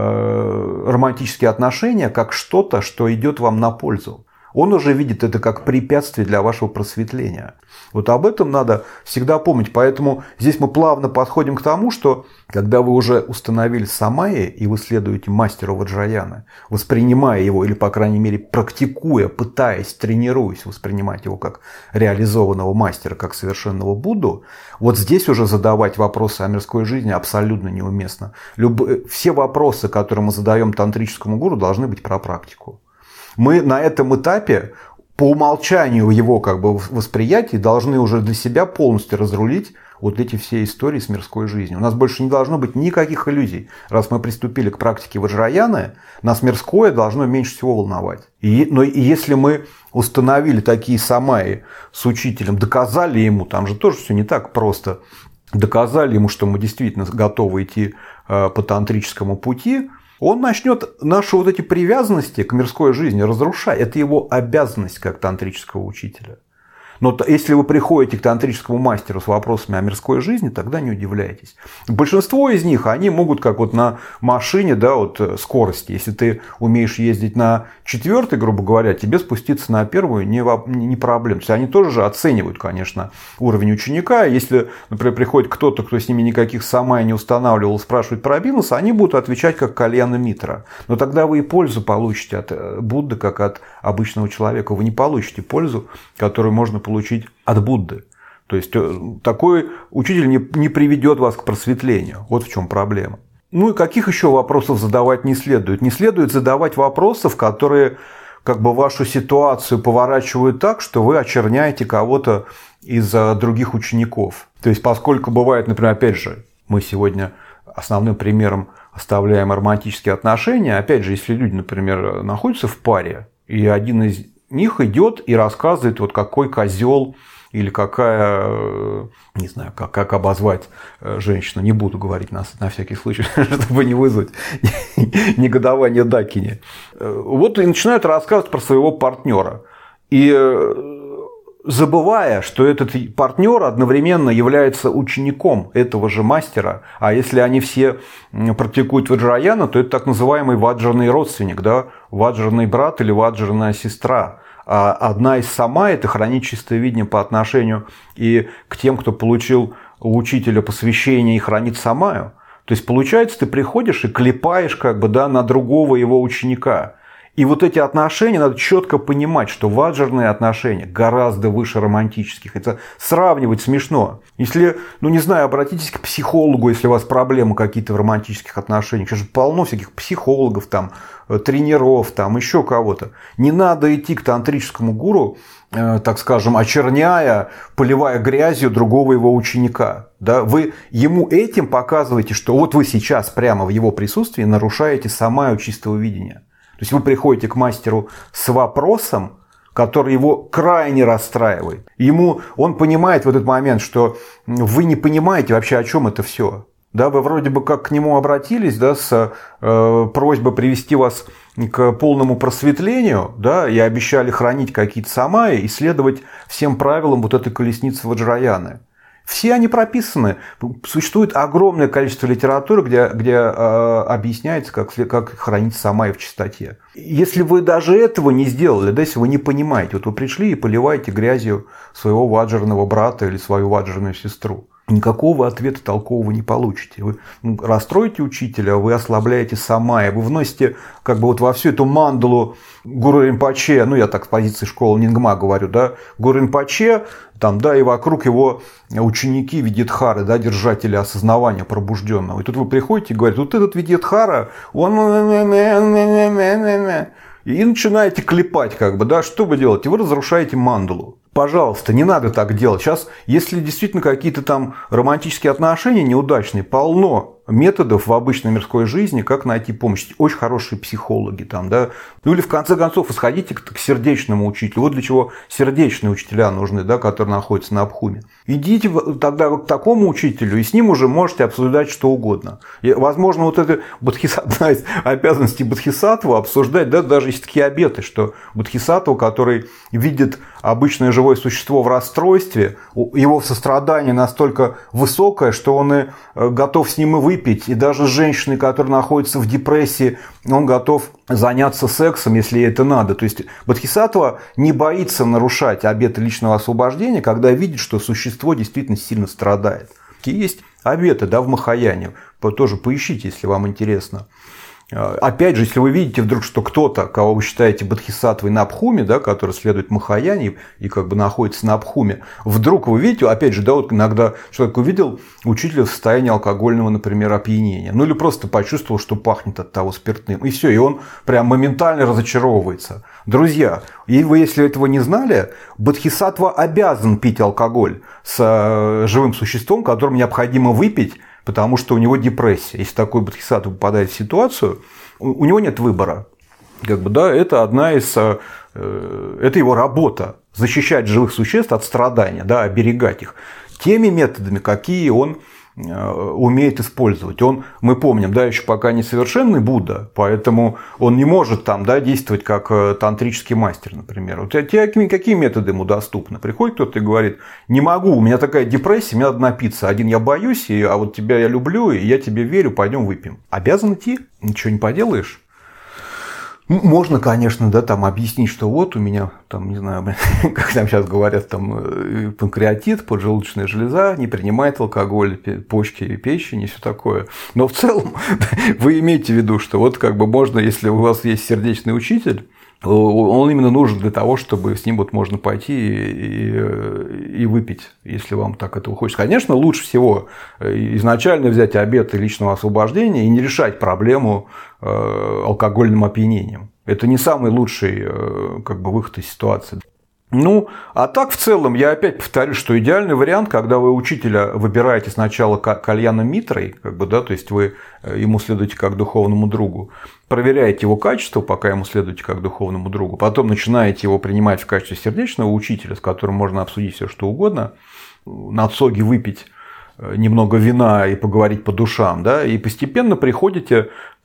э, романтические отношения как что-то, что идет вам на пользу. Он уже видит это как препятствие для вашего просветления. Вот об этом надо всегда помнить. Поэтому здесь мы плавно подходим к тому, что когда вы уже установили самайя и вы следуете мастеру ваджраяны, воспринимая его или, по крайней мере, практикуя, пытаясь, тренируясь воспринимать его как реализованного мастера, как совершенного Будду, вот здесь уже задавать вопросы о мирской жизни абсолютно неуместно. Люб... Все вопросы, которые мы задаем тантрическому гуру, должны быть про практику. Мы на этом этапе по умолчанию в его как бы восприятии должны уже для себя полностью разрулить вот эти все истории с мирской жизнью. У нас больше не должно быть никаких иллюзий. Раз мы приступили к практике Ваджраяны, нас мирское должно меньше всего волновать. И, но и если мы установили такие самаи с учителем, доказали ему, там же тоже все не так просто, доказали ему, что мы действительно готовы идти по тантрическому пути, он начнет наши вот эти привязанности к мирской жизни разрушать. Это его обязанность как тантрического учителя. Но если вы приходите к тантрическому мастеру с вопросами о мирской жизни, тогда не удивляйтесь. Большинство из них, они могут, как вот на машине, да, вот скорости. Если ты умеешь ездить на четвертой, грубо говоря, тебе спуститься на первую не, не проблема. То есть они тоже же оценивают, конечно, уровень ученика. Если, например, приходит кто-то, кто с ними никаких самай не устанавливал, спрашивает про бизнес, они будут отвечать как Кальяна Митра. Но тогда вы и пользу получите от Будды, как от обычного человека. Вы не получите пользу, которую можно получить получить от Будды. То есть такой учитель не, не приведет вас к просветлению. Вот в чем проблема. Ну и каких еще вопросов задавать не следует? Не следует задавать вопросов, которые как бы вашу ситуацию поворачивают так, что вы очерняете кого-то из других учеников. То есть поскольку бывает, например, опять же, мы сегодня основным примером оставляем романтические отношения. Опять же, если люди, например, находятся в паре, и один из них идет и рассказывает, вот какой козел или какая, не знаю, как, как обозвать женщину, не буду говорить на, на всякий случай, чтобы не вызвать негодование Дакини. Вот и начинают рассказывать про своего партнера. И забывая, что этот партнер одновременно является учеником этого же мастера, а если они все практикуют ваджраяну, то это так называемый ваджраный родственник, да? Ваджраный брат или ваджраная сестра. А одна из сама – это хранить чистое видение по отношению и к тем, кто получил у учителя посвящение и хранит самаю. То есть, получается, ты приходишь и клепаешь как бы, да, на другого его ученика. И вот эти отношения надо четко понимать, что ваджрные отношения гораздо выше романтических. Это сравнивать смешно. Если, ну не знаю, обратитесь к психологу, если у вас проблемы какие-то в романтических отношениях. Сейчас же полно всяких психологов, там, тренеров, там, еще кого-то. Не надо идти к тантрическому гуру, э, так скажем, очерняя, поливая грязью другого его ученика. Да? Вы ему этим показываете, что вот вы сейчас прямо в его присутствии нарушаете самое чистого видения. То есть вы приходите к мастеру с вопросом, который его крайне расстраивает. Ему, он понимает в этот момент, что вы не понимаете вообще, о чем это все. Да, вы вроде бы как к нему обратились, да, с э, просьбой привести вас к полному просветлению, да, и обещали хранить какие-то самаи и следовать всем правилам вот этой колесницы Ваджраяны. Все они прописаны. Существует огромное количество литературы, где, где э, объясняется, как, как хранить самаи в чистоте. Если вы даже этого не сделали, да, если вы не понимаете, вот вы пришли и поливаете грязью своего ваджраного брата или свою ваджраную сестру, никакого ответа толкового не получите. Вы расстроите учителя, вы ослабляете самаи, вы вносите как бы вот во всю эту мандалу Гуру Ринпоче, ну я так с позиции школы Нингма говорю, да, Гуру Ринпоче, там, да, и вокруг его ученики Видидхары, да, держатели осознавания пробужденного. И тут вы приходите и говорите, вот этот Видидхара, он... И начинаете клепать, как бы, да, что вы делаете? Вы разрушаете мандалу. Пожалуйста, не надо так делать. Сейчас, если действительно какие-то там романтические отношения неудачные, полно методов в обычной мирской жизни, как найти помощь. Очень хорошие психологи там, да. Ну или в конце концов, сходите к, к сердечному учителю. Вот для чего сердечные учителя нужны, да, которые находятся на Абхуме. Идите тогда к такому учителю, и с ним уже можете обсуждать что угодно. И, возможно, вот это одна из обязанностей бодхисаттвы обсуждать, да, даже есть такие обеты, что бодхисаттва, который видит обычное живое существо в расстройстве, его сострадание настолько высокое, что он и готов с ним и выпить. И даже с женщиной, которая находится в депрессии, он готов заняться сексом, если это надо. То есть бодхисаттва не боится нарушать обеты личного освобождения, когда видит, что существо действительно сильно страдает. Есть обеты, да, в Махаяне. Тоже поищите, если вам интересно. Опять же, если вы видите вдруг, что кто-то, кого вы считаете бодхисаттвой на Абхуме, да, который следует Махаяне и как бы находится на Абхуме, вдруг вы видите, опять же, да, вот иногда человек увидел учителя в состоянии алкогольного, например, опьянения, ну или просто почувствовал, что пахнет от того спиртным, и все, и он прям моментально разочаровывается. Друзья, и вы, если этого не знали, бодхисаттва обязан пить алкоголь с живым существом, которому необходимо выпить, потому что у него депрессия. Если такой бодхисаттва попадает в ситуацию, у него нет выбора. Как бы, да, это одна из... Это его работа. Защищать живых существ от страдания, да, оберегать их теми методами, какие он умеет использовать. Он, мы помним, да, еще пока не совершенный Будда, поэтому он не может там, да, действовать как тантрический мастер, например. Вот те, какие методы ему доступны? Приходит кто-то и говорит: не могу, у меня такая депрессия, мне надо напиться. Один я боюсь, а вот тебя я люблю, и я тебе верю, пойдем выпьем. Обязан идти, ничего не поделаешь. Можно, конечно, да, там объяснить, что вот у меня, там, не знаю, как там сейчас говорят, там панкреатит, поджелудочная железа, не принимает алкоголь, почки и печень и все такое. Но в целом вы имеете в виду, что вот как бы можно, если у вас есть сердечный учитель, он именно нужен для того, чтобы с ним вот можно пойти и, и, и выпить, если вам так этого хочется. Конечно, лучше всего изначально взять обет личного освобождения и не решать проблему алкогольным опьянением. Это не самый лучший как бы, выход из ситуации. Ну, а так в целом, я опять повторю, что идеальный вариант, когда вы учителя выбираете сначала кальяна митрой, как бы, да, то есть вы ему следуете как духовному другу, проверяете его качество, пока ему следуете как духовному другу, потом начинаете его принимать в качестве сердечного учителя, с которым можно обсудить все что угодно, на цоге выпить немного вина и поговорить по душам, да, и постепенно приходите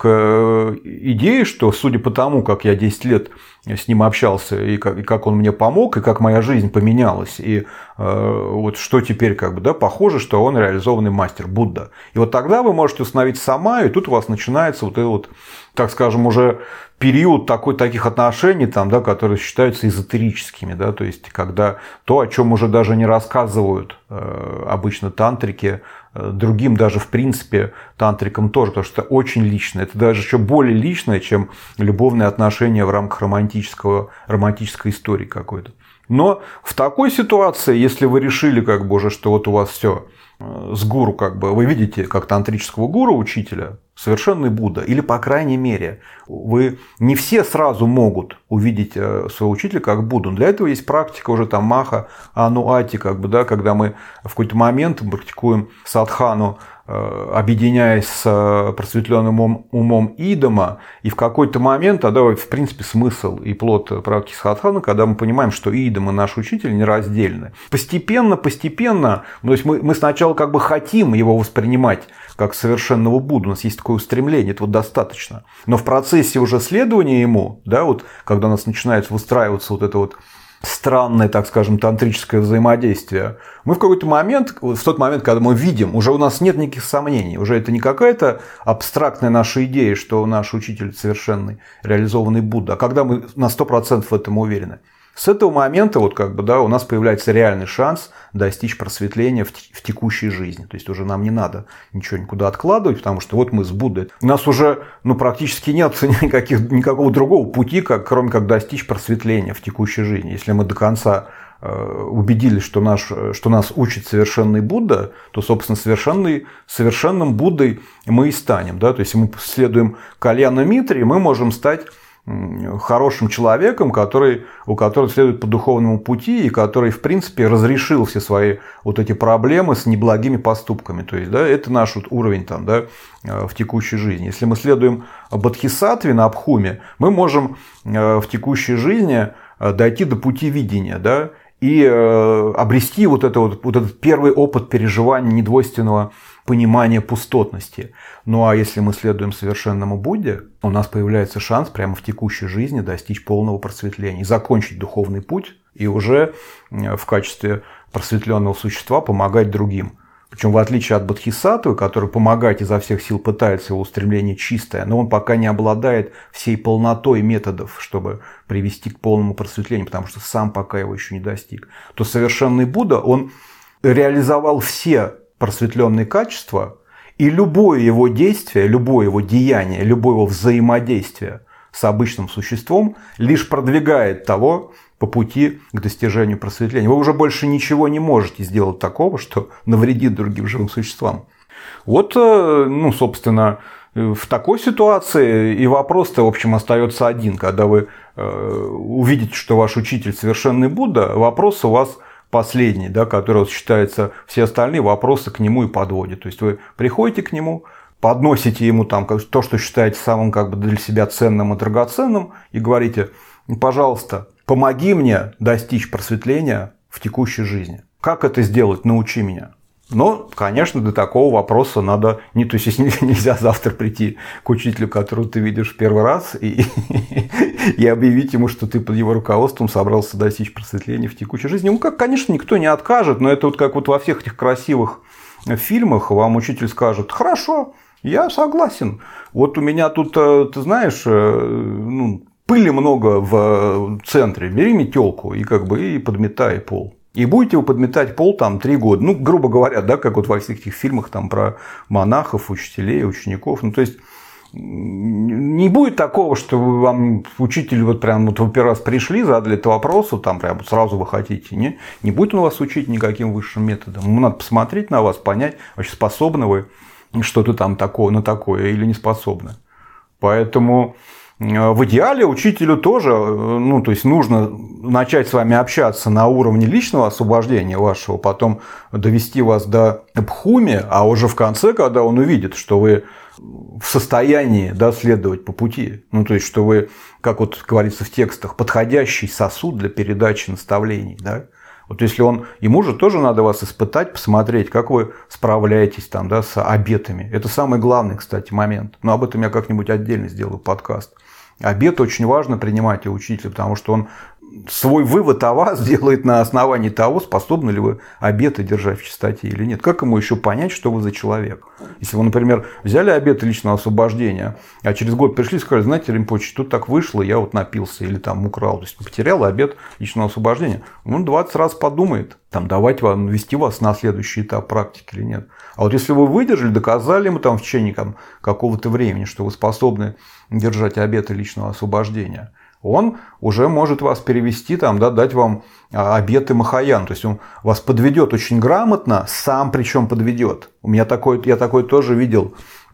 к идее, что, судя по тому, как я десять лет с ним общался, и как, и как он мне помог, и как моя жизнь поменялась, и э, вот что теперь, как бы, да, похоже, что он реализованный мастер, Будда. И вот тогда вы можете установить сама, и тут у вас начинается вот этот вот, так скажем, уже период такой, таких отношений, там, да, которые считаются эзотерическими, да, то есть когда то, о чем уже даже не рассказывают э, обычно тантрики, э, другим даже в принципе тантрикам тоже, потому что это очень личное, это даже еще более личное, чем любовные отношения в рамках романтического, романтической истории какой-то. Но в такой ситуации, если вы решили, как бы, уже, что вот у вас все с гуру, как бы, вы видите, как тантрического гуру, учителя, совершенный Будда, или, по крайней мере, вы не все сразу могут увидеть своего учителя как Будду. Для этого есть практика уже там маха, ануати, как бы, да, когда мы в какой-то момент практикуем садхану, объединяясь с просветленным умом идома, и в какой-то момент, тогда, в принципе, смысл и плод практики садханы, когда мы понимаем, что идом и наш учитель нераздельны. Постепенно, постепенно, то есть мы, мы сначала как бы хотим его воспринимать как совершенного Будду, у нас есть такое устремление, этого достаточно. Но в процессе уже следования ему, да, вот, когда у нас начинает выстраиваться вот это вот странное, так скажем, тантрическое взаимодействие, мы в какой-то момент, в тот момент, когда мы видим, уже у нас нет никаких сомнений, уже это не какая-то абстрактная наша идея, что наш учитель совершенный, реализованный Будда, а когда мы на сто процентов в этом уверены. С этого момента вот как бы, да, у нас появляется реальный шанс достичь просветления в, в текущей жизни. То есть уже нам не надо ничего никуда откладывать, потому что вот мы с Буддой. У нас уже ну, практически нет никаких, никакого другого пути, как, кроме как достичь просветления в текущей жизни. Если мы до конца э, убедились, что, наш, что нас учит совершенный Будда, то, собственно, совершенный, совершенным Буддой мы и станем. Да? То есть, если мы следуем Кальяна Митре, мы можем стать хорошим человеком, который, у которого следует по духовному пути и который, в принципе, разрешил все свои вот эти проблемы с неблагими поступками. То есть, да, это наш вот уровень там, да, в текущей жизни. Если мы следуем бодхисаттве на Абхуме, мы можем в текущей жизни дойти до пути видения, да, и обрести вот, это вот, вот этот первый опыт переживания недвойственного понимания пустотности. Ну а если мы следуем совершенному Будде, у нас появляется шанс прямо в текущей жизни достичь полного просветления, закончить духовный путь и уже в качестве просветленного существа помогать другим. Причем в отличие от бодхисаттвы, который помогать изо всех сил пытается, его устремление чистое, но он пока не обладает всей полнотой методов, чтобы привести к полному просветлению, потому что сам пока его еще не достиг, то совершенный Будда, он реализовал все просветленные качества И любое его действие, любое его деяние, любое его взаимодействие с обычным существом лишь продвигает того по пути к достижению просветления. Вы уже больше ничего не можете сделать такого, что навредит другим живым существам. Вот, ну, собственно, в такой ситуации и вопрос-то, в общем, остается один. Когда вы увидите, что ваш учитель совершенный Будда, вопрос у вас последний, да, который вот считается, все остальные вопросы к нему и подводят. То есть вы приходите к нему, подносите ему там то, что считаете самым как бы для себя ценным и драгоценным, и говорите: пожалуйста, помоги мне достичь просветления в текущей жизни. Как это сделать? Научи меня. Но, конечно, до такого вопроса надо... Не, то есть нельзя завтра прийти к учителю, которого ты видишь в первый раз, и, и объявить ему, что ты под его руководством собрался достичь просветления в текущей жизни. Ну, как, конечно, никто не откажет, но это вот как вот во всех этих красивых фильмах вам учитель скажет: хорошо, я согласен. Вот у меня тут, ты знаешь, ну, пыли много в центре, бери метелку и как бы и подметай пол. И будете вы подметать пол там три года. Ну, грубо говоря, да, как вот во всех этих фильмах там про монахов, учителей, учеников. Ну, то есть не будет такого, что вам учитель вот прям вот вы первый раз пришли, задали этот вопрос, там прям сразу вы хотите. Не, не будет он вас учить никаким высшим методом. Ему надо посмотреть на вас, понять, вообще способны вы что-то там такое, на такое или не способны. Поэтому в идеале учителю тоже, ну, то есть нужно начать с вами общаться на уровне личного освобождения вашего, потом довести вас до бхуми, а уже в конце, когда он увидит, что вы в состоянии, да, следовать по пути, ну, то есть что вы, как вот говорится в текстах, подходящий сосуд для передачи наставлений, да. Вот если он, ему же тоже надо вас испытать, посмотреть, как вы справляетесь там, да, с обетами. Это самый главный, кстати, момент. Но об этом я как-нибудь отдельно сделаю подкаст. Обет очень важно принимать у учителя, потому что он свой вывод о вас делает на основании того, способны ли вы обеты держать в чистоте или нет. Как ему еще понять, что вы за человек? Если вы, например, взяли обеты личного освобождения, а через год пришли и сказали: знаете, Римпоче, тут так вышло, я вот напился или там украл, то есть потерял обет личного освобождения, он двадцать раз подумает, там, давать вам, вести вас на следующий этап практики или нет. А вот если вы выдержали, доказали ему там в течение там, какого-то времени, что вы способны держать обеты личного освобождения, он уже может вас перевести, там, да, дать вам обеты Махаян. То есть он вас подведет очень грамотно, сам причем подведет. У меня такое, я такое тоже видел,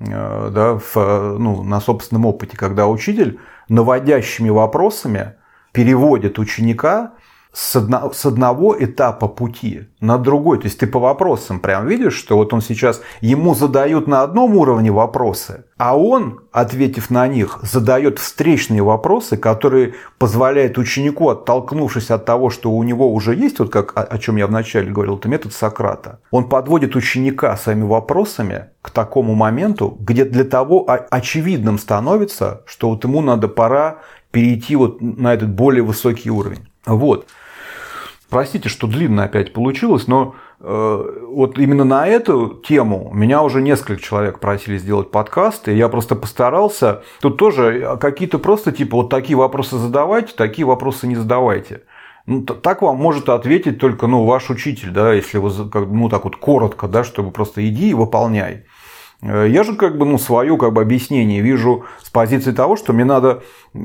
да, в, ну, на собственном опыте, когда учитель наводящими вопросами переводит ученика с, одно, с одного этапа пути на другой. То есть ты по вопросам прям видишь, что вот он сейчас, ему задают на одном уровне вопросы, а он, ответив на них, задает встречные вопросы, которые позволяют ученику, оттолкнувшись от того, что у него уже есть, вот как о, о чем я вначале говорил, это метод Сократа. Он подводит ученика своими вопросами к такому моменту, где для того очевидным становится, что вот ему надо пора перейти вот на этот более высокий уровень. Вот. Простите, что длинно опять получилось, но э, вот именно на эту тему меня уже несколько человек просили сделать подкаст, и я просто постарался. Тут тоже какие-то просто типа вот такие вопросы задавайте, такие вопросы не задавайте. Ну, так вам может ответить только, ну, ваш учитель, да, если вы, ну, так вот коротко, да, чтобы просто иди и выполняй. Я же как бы, ну, свое как бы объяснение вижу с позиции того, что мне надо,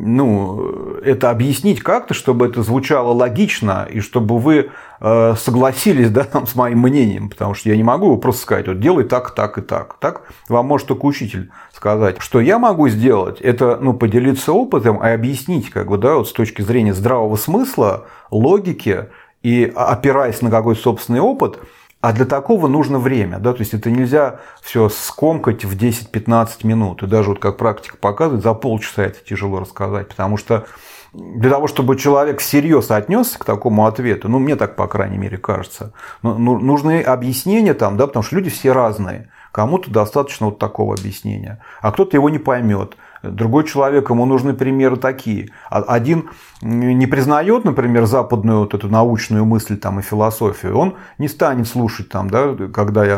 ну, это объяснить как-то, чтобы это звучало логично и чтобы вы э, согласились, да, там, с моим мнением, потому что я не могу просто сказать: вот делай так, так и так. Так вам может только учитель сказать. Что я могу сделать, это, ну, поделиться опытом и объяснить, как бы, да, вот с точки зрения здравого смысла, логики и опираясь на какой-то собственный опыт. А для такого нужно время, да, то есть это нельзя все скомкать в десять-пятнадцать минут. И даже вот как практика показывает, за полчаса это тяжело рассказать, потому что для того, чтобы человек всерьез отнесся к такому ответу, ну, мне так, по крайней мере, кажется, нужны объяснения там, да, потому что люди все разные. Кому-то достаточно вот такого объяснения, а кто-то его не поймет. Другой человек, ему нужны примеры такие. Один не признает, например, западную вот эту научную мысль там, и философию, он не станет слушать, там, да, когда я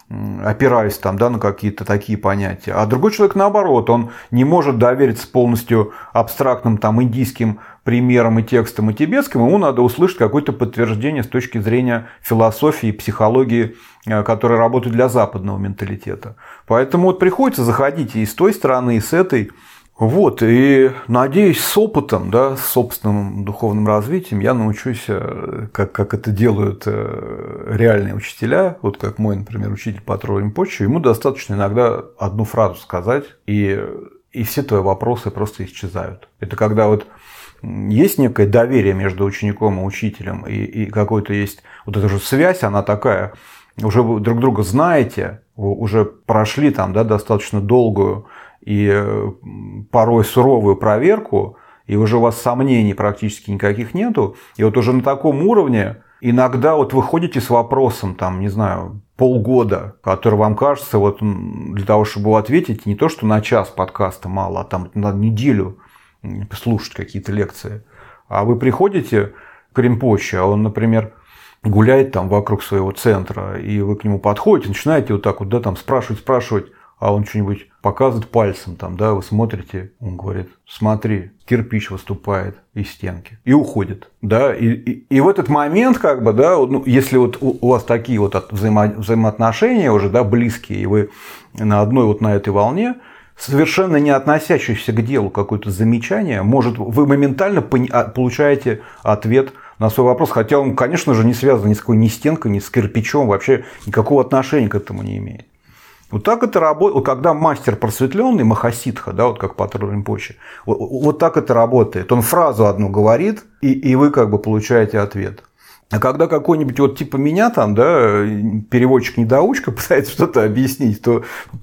опираясь там, да, на какие-то такие понятия. А другой человек, наоборот, он не может довериться полностью абстрактным там, индийским примерам и текстам и тибетским, ему надо услышать какое-то подтверждение с точки зрения философии и психологии, которые работают для западного менталитета. Поэтому вот приходится заходить и с той стороны, и с этой. Вот, и надеюсь, с опытом, да, с собственным духовным развитием я научусь, как, как это делают реальные учителя, вот как мой, например, учитель по Трое Ринпоче, ему достаточно иногда одну фразу сказать, и, и все твои вопросы просто исчезают. Это когда вот есть некое доверие между учеником и учителем, и, и какой-то есть вот эта же связь, она такая, уже вы друг друга знаете, уже прошли там, да, достаточно долгую и порой суровую проверку, и уже у вас сомнений практически никаких нету, и вот уже на таком уровне иногда вот вы ходите с вопросом, там, не знаю, полгода, который вам кажется, вот для того, чтобы его ответить, не то, что на час подкаста мало, а там надо неделю слушать какие-то лекции, а вы приходите к Ринпоче, а он, например, гуляет там вокруг своего центра, и вы к нему подходите, начинаете вот так вот, да, там спрашивать, спрашивать, а он что-нибудь показывает пальцем, там, да, вы смотрите, он говорит, смотри, кирпич выступает из стенки, и уходит, да, и, и, и в этот момент, как бы, да, ну, если вот у, у вас такие вот взаимо, взаимоотношения уже, да, близкие, и вы на одной вот на этой волне, совершенно не относящееся к делу какое-то замечание, может, вы моментально получаете ответ на свой вопрос, хотя он, конечно же, не связан ни с какой ни стенкой, ни с кирпичом, вообще никакого отношения к этому не имеет. Вот так это работает, когда мастер просветленный, махасидха, да, вот как по Трое Ринпоче, вот, вот так это работает. Он фразу одну говорит, и, и вы как бы получаете ответ. А когда какой-нибудь вот типа меня там, да, переводчик-недоучка пытается что-то объяснить, то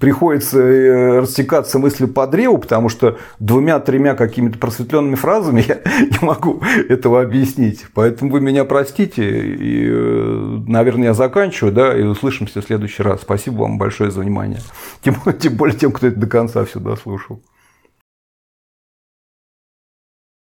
приходится растекаться мыслью по древу, потому что двумя-тремя какими-то просветленными фразами я не могу этого объяснить. Поэтому вы меня простите, и, наверное, я заканчиваю, да, и услышимся в следующий раз. Спасибо вам большое за внимание. Тем, тем более тем, кто это до конца все дослушал.